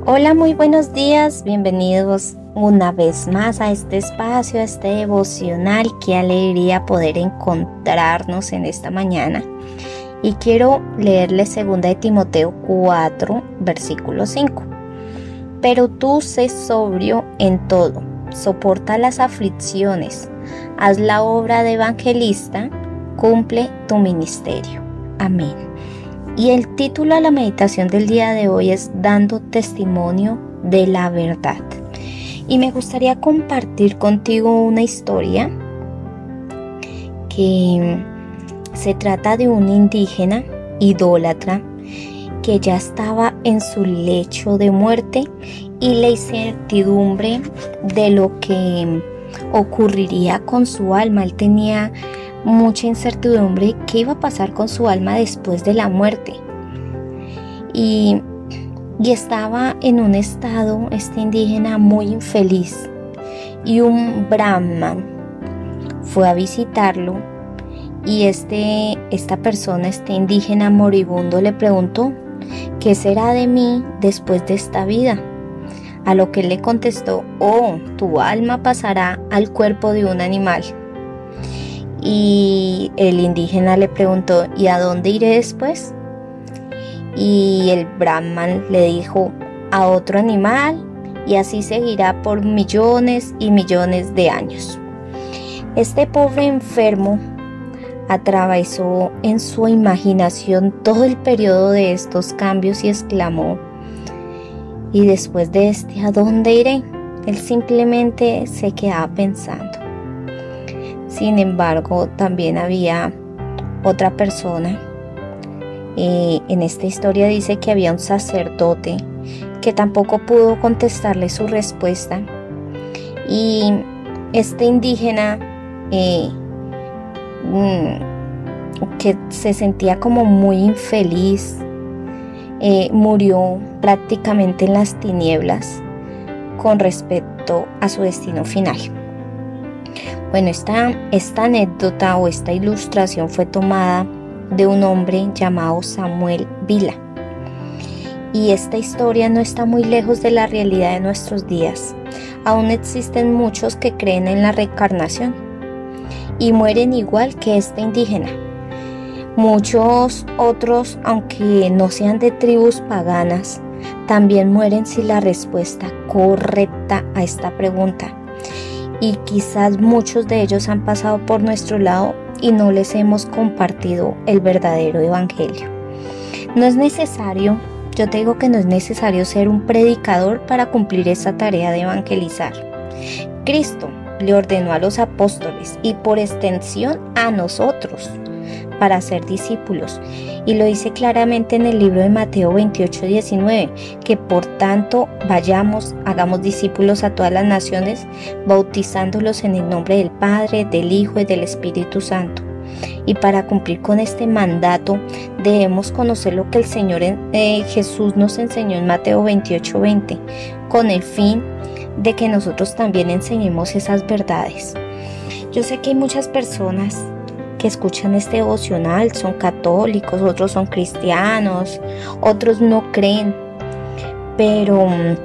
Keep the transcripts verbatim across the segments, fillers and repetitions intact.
Hola, muy buenos días, bienvenidos una vez más a este espacio, a este devocional. Qué alegría poder encontrarnos en esta mañana. Y quiero leerles segunda de Timoteo cuatro, versículo cinco. Pero tú sé sobrio en todo, soporta las aflicciones, haz la obra de evangelista, cumple tu ministerio. Amén. Y el título a la meditación del día de hoy es Dando testimonio de la verdad. Y me gustaría compartir contigo una historia que se trata de un indígena idólatra que ya estaba en su lecho de muerte y la incertidumbre de lo que ocurriría con su alma. Él tenía mucha incertidumbre qué iba a pasar con su alma después de la muerte. Y, y estaba en un estado, este indígena, muy infeliz. Y un brahman fue a visitarlo y este, esta persona, este indígena moribundo, le preguntó: ¿qué será de mí después de esta vida? A lo que él le contestó: oh, tu alma pasará al cuerpo de un animal. Y el indígena le preguntó: ¿y a dónde iré después? Y el brahman le dijo: a otro animal, y así seguirá por millones y millones de años. Este pobre enfermo atravesó en su imaginación todo el periodo de estos cambios y exclamó: ¿y después de este a dónde iré? Él simplemente se quedaba pensando. Sin embargo, también había otra persona. Eh, en esta historia dice que había un sacerdote que tampoco pudo contestarle su respuesta. Y este indígena, eh, mmm, que se sentía como muy infeliz, eh, murió prácticamente en las tinieblas con respecto a su destino final. Bueno, esta, esta anécdota o esta ilustración fue tomada de un hombre llamado Samuel Vila. Y esta historia no está muy lejos de la realidad de nuestros días. Aún existen muchos que creen en la reencarnación y mueren igual que este indígena. Muchos otros, aunque no sean de tribus paganas, también mueren sin la respuesta correcta a esta pregunta. Y quizás muchos de ellos han pasado por nuestro lado y no les hemos compartido el verdadero evangelio. No es necesario, yo te digo que no es necesario ser un predicador para cumplir esta tarea de evangelizar. Cristo le ordenó a los apóstoles y por extensión a nosotros para ser discípulos, y lo dice claramente en el libro de Mateo veintiocho, diecinueve, que por tanto vayamos, hagamos discípulos a todas las naciones, bautizándolos en el nombre del Padre, del Hijo y del Espíritu Santo. Y para cumplir con este mandato debemos conocer lo que el Señor eh, Jesús nos enseñó en Mateo veintiocho, veinte, con el fin de que nosotros también enseñemos esas verdades. Yo sé que hay muchas personas que escuchan este devocional, son católicos, otros son cristianos, otros no creen, pero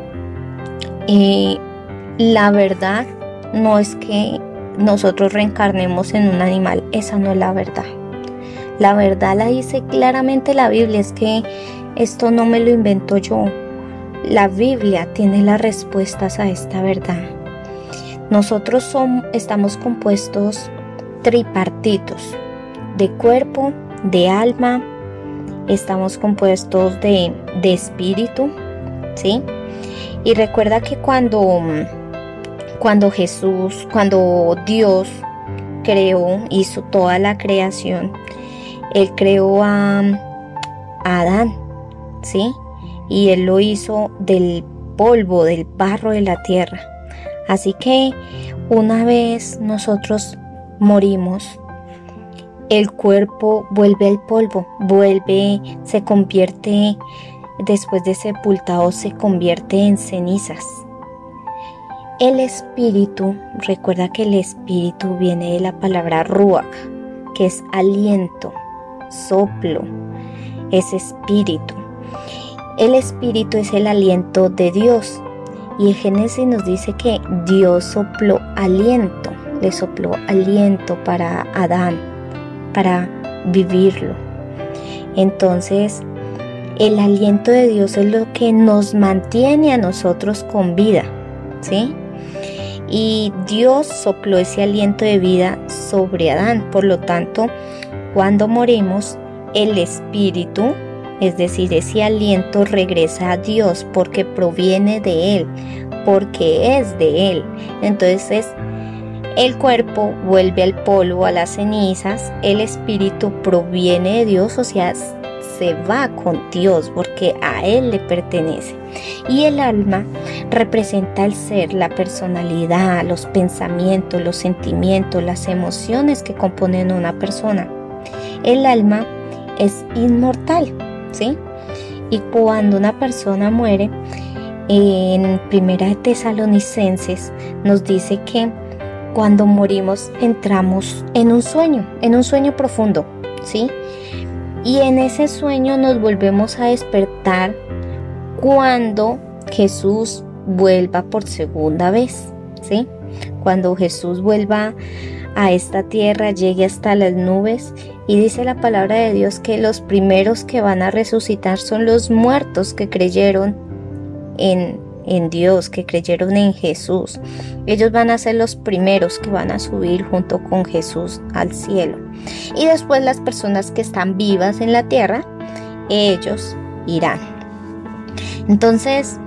eh, la verdad no es que nosotros reencarnemos en un animal, esa no es la verdad. La verdad la dice claramente la Biblia, es que esto no me lo invento yo. La Biblia tiene las respuestas a esta verdad. Nosotros somos, estamos compuestos tripartitos, de cuerpo, de alma, estamos compuestos de, de espíritu, ¿sí? Y recuerda que cuando, cuando Jesús, cuando Dios creó, hizo toda la creación, Él creó a, a Adán, ¿sí? Y Él lo hizo del polvo, del barro de la tierra. Así que una vez nosotros morimos, el cuerpo vuelve al polvo, vuelve, se convierte, después de sepultado, se convierte en cenizas. El espíritu, recuerda que el espíritu viene de la palabra ruach, que es aliento, soplo, es espíritu. El espíritu es el aliento de Dios. Y en Génesis nos dice que Dios sopló aliento, le sopló aliento para Adán, para vivirlo. Entonces, el aliento de Dios es lo que nos mantiene a nosotros con vida, ¿sí? Y Dios sopló ese aliento de vida sobre Adán. Por lo tanto, cuando morimos, el espíritu, es decir, ese aliento regresa a Dios porque proviene de Él, porque es de Él. Entonces, el cuerpo vuelve al polvo, a las cenizas, el espíritu proviene de Dios, o sea, se va con Dios porque a Él le pertenece. Y el alma representa el ser, la personalidad, los pensamientos, los sentimientos, las emociones que componen una persona. El alma es inmortal, ¿sí? Y cuando una persona muere, en Primera de Tesalonicenses nos dice que cuando morimos entramos en un sueño, en un sueño profundo, ¿sí? Y en ese sueño nos volvemos a despertar cuando Jesús vuelva por segunda vez, ¿sí? Cuando Jesús vuelva a esta tierra, llegue hasta las nubes, y dice la palabra de Dios que los primeros que van a resucitar son los muertos que creyeron en, en Dios, que creyeron en Jesús. Ellos van a ser los primeros que van a subir junto con Jesús al cielo. Y después las personas que están vivas en la tierra, ellos irán. Entonces,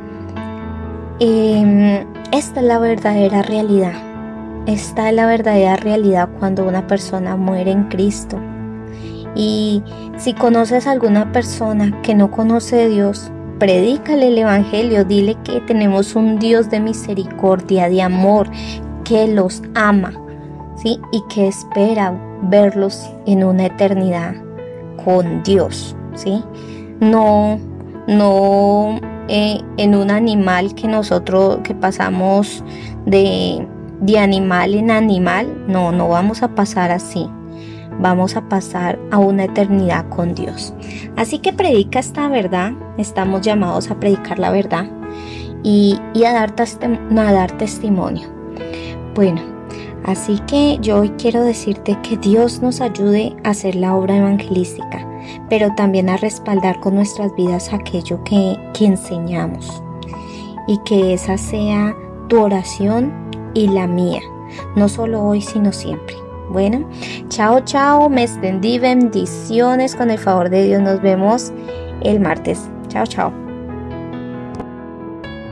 eh, esta es la verdadera realidad. Esta es la verdadera realidad cuando una persona muere en Cristo. Y si conoces a alguna persona que no conoce a Dios, predícale el evangelio, dile que tenemos un Dios de misericordia, de amor, que los ama, ¿sí? Y que espera verlos en una eternidad con Dios, ¿sí? No, no eh, en un animal que nosotros que pasamos de, de animal en animal, no, no vamos a pasar así. Vamos a pasar a una eternidad con Dios. Así que predica esta verdad. Estamos llamados a predicar la verdad y, y a, dar testim- a dar testimonio. Bueno, así que yo hoy quiero decirte que Dios nos ayude a hacer la obra evangelística, pero también a respaldar con nuestras vidas aquello que, que enseñamos. Y que esa sea tu oración y la mía, no solo hoy, sino siempre. Bueno, chao, chao, me extendí, bendiciones, con el favor de Dios nos vemos el martes. Chao, chao.